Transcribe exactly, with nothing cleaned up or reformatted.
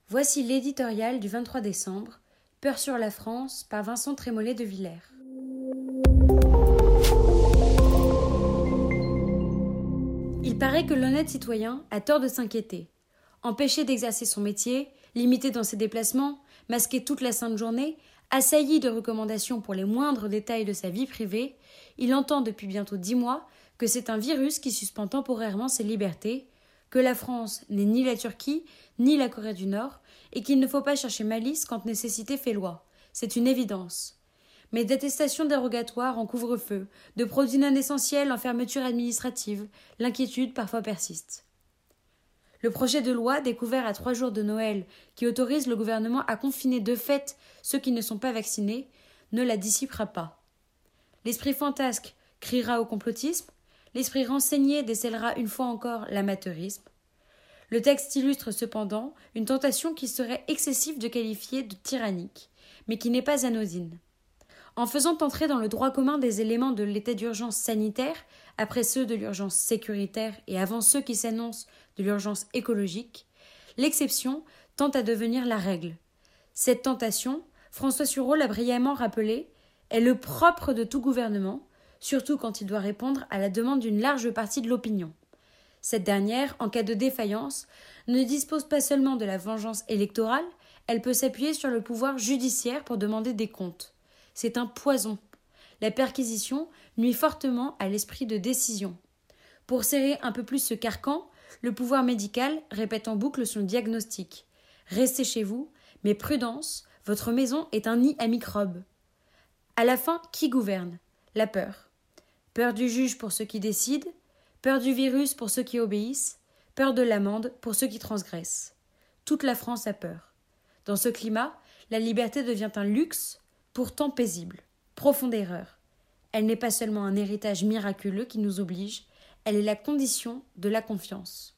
Voici l'éditorial du vingt-trois décembre, Peur sur la France, par Vincent Trémollet de Villers. Il paraît que l'honnête citoyen a tort de s'inquiéter. Empêché d'exercer son métier, limité dans ses déplacements, masqué toute la sainte journée, assailli de recommandations pour les moindres détails de sa vie privée, il entend depuis bientôt dix mois que c'est un virus qui suspend temporairement ses libertés, que la France n'est ni la Turquie, ni la Corée du Nord, et qu'il ne faut pas chercher malice quand nécessité fait loi. C'est une évidence. Mais d'attestations dérogatoires en couvre-feu, de produits non essentiels en fermeture administrative, l'inquiétude parfois persiste. Le projet de loi, découvert à trois jours de Noël, qui autorise le gouvernement à confiner de fait ceux qui ne sont pas vaccinés, ne la dissipera pas. L'esprit fantasque criera au complotisme, l'esprit renseigné décèlera une fois encore l'amateurisme. Le texte illustre cependant une tentation qui serait excessive de qualifier de tyrannique, mais qui n'est pas anodine. En faisant entrer dans le droit commun des éléments de l'état d'urgence sanitaire, après ceux de l'urgence sécuritaire et avant ceux qui s'annoncent de l'urgence écologique, l'exception tend à devenir la règle. Cette tentation, François Sureau l'a brillamment rappelé, est le propre de tout gouvernement, surtout quand il doit répondre à la demande d'une large partie de l'opinion. Cette dernière, en cas de défaillance, ne dispose pas seulement de la vengeance électorale, elle peut s'appuyer sur le pouvoir judiciaire pour demander des comptes. C'est un poison. La perquisition nuit fortement à l'esprit de décision. Pour serrer un peu plus ce carcan, le pouvoir médical répète en boucle son diagnostic. Restez chez vous, mais prudence, votre maison est un nid à microbes. À la fin, qui gouverne ? La peur. Peur du juge pour ceux qui décident, peur du virus pour ceux qui obéissent, peur de l'amende pour ceux qui transgressent. Toute la France a peur. Dans ce climat, la liberté devient un luxe, pourtant paisible. Profonde erreur. Elle n'est pas seulement un héritage miraculeux qui nous oblige, elle est la condition de la confiance.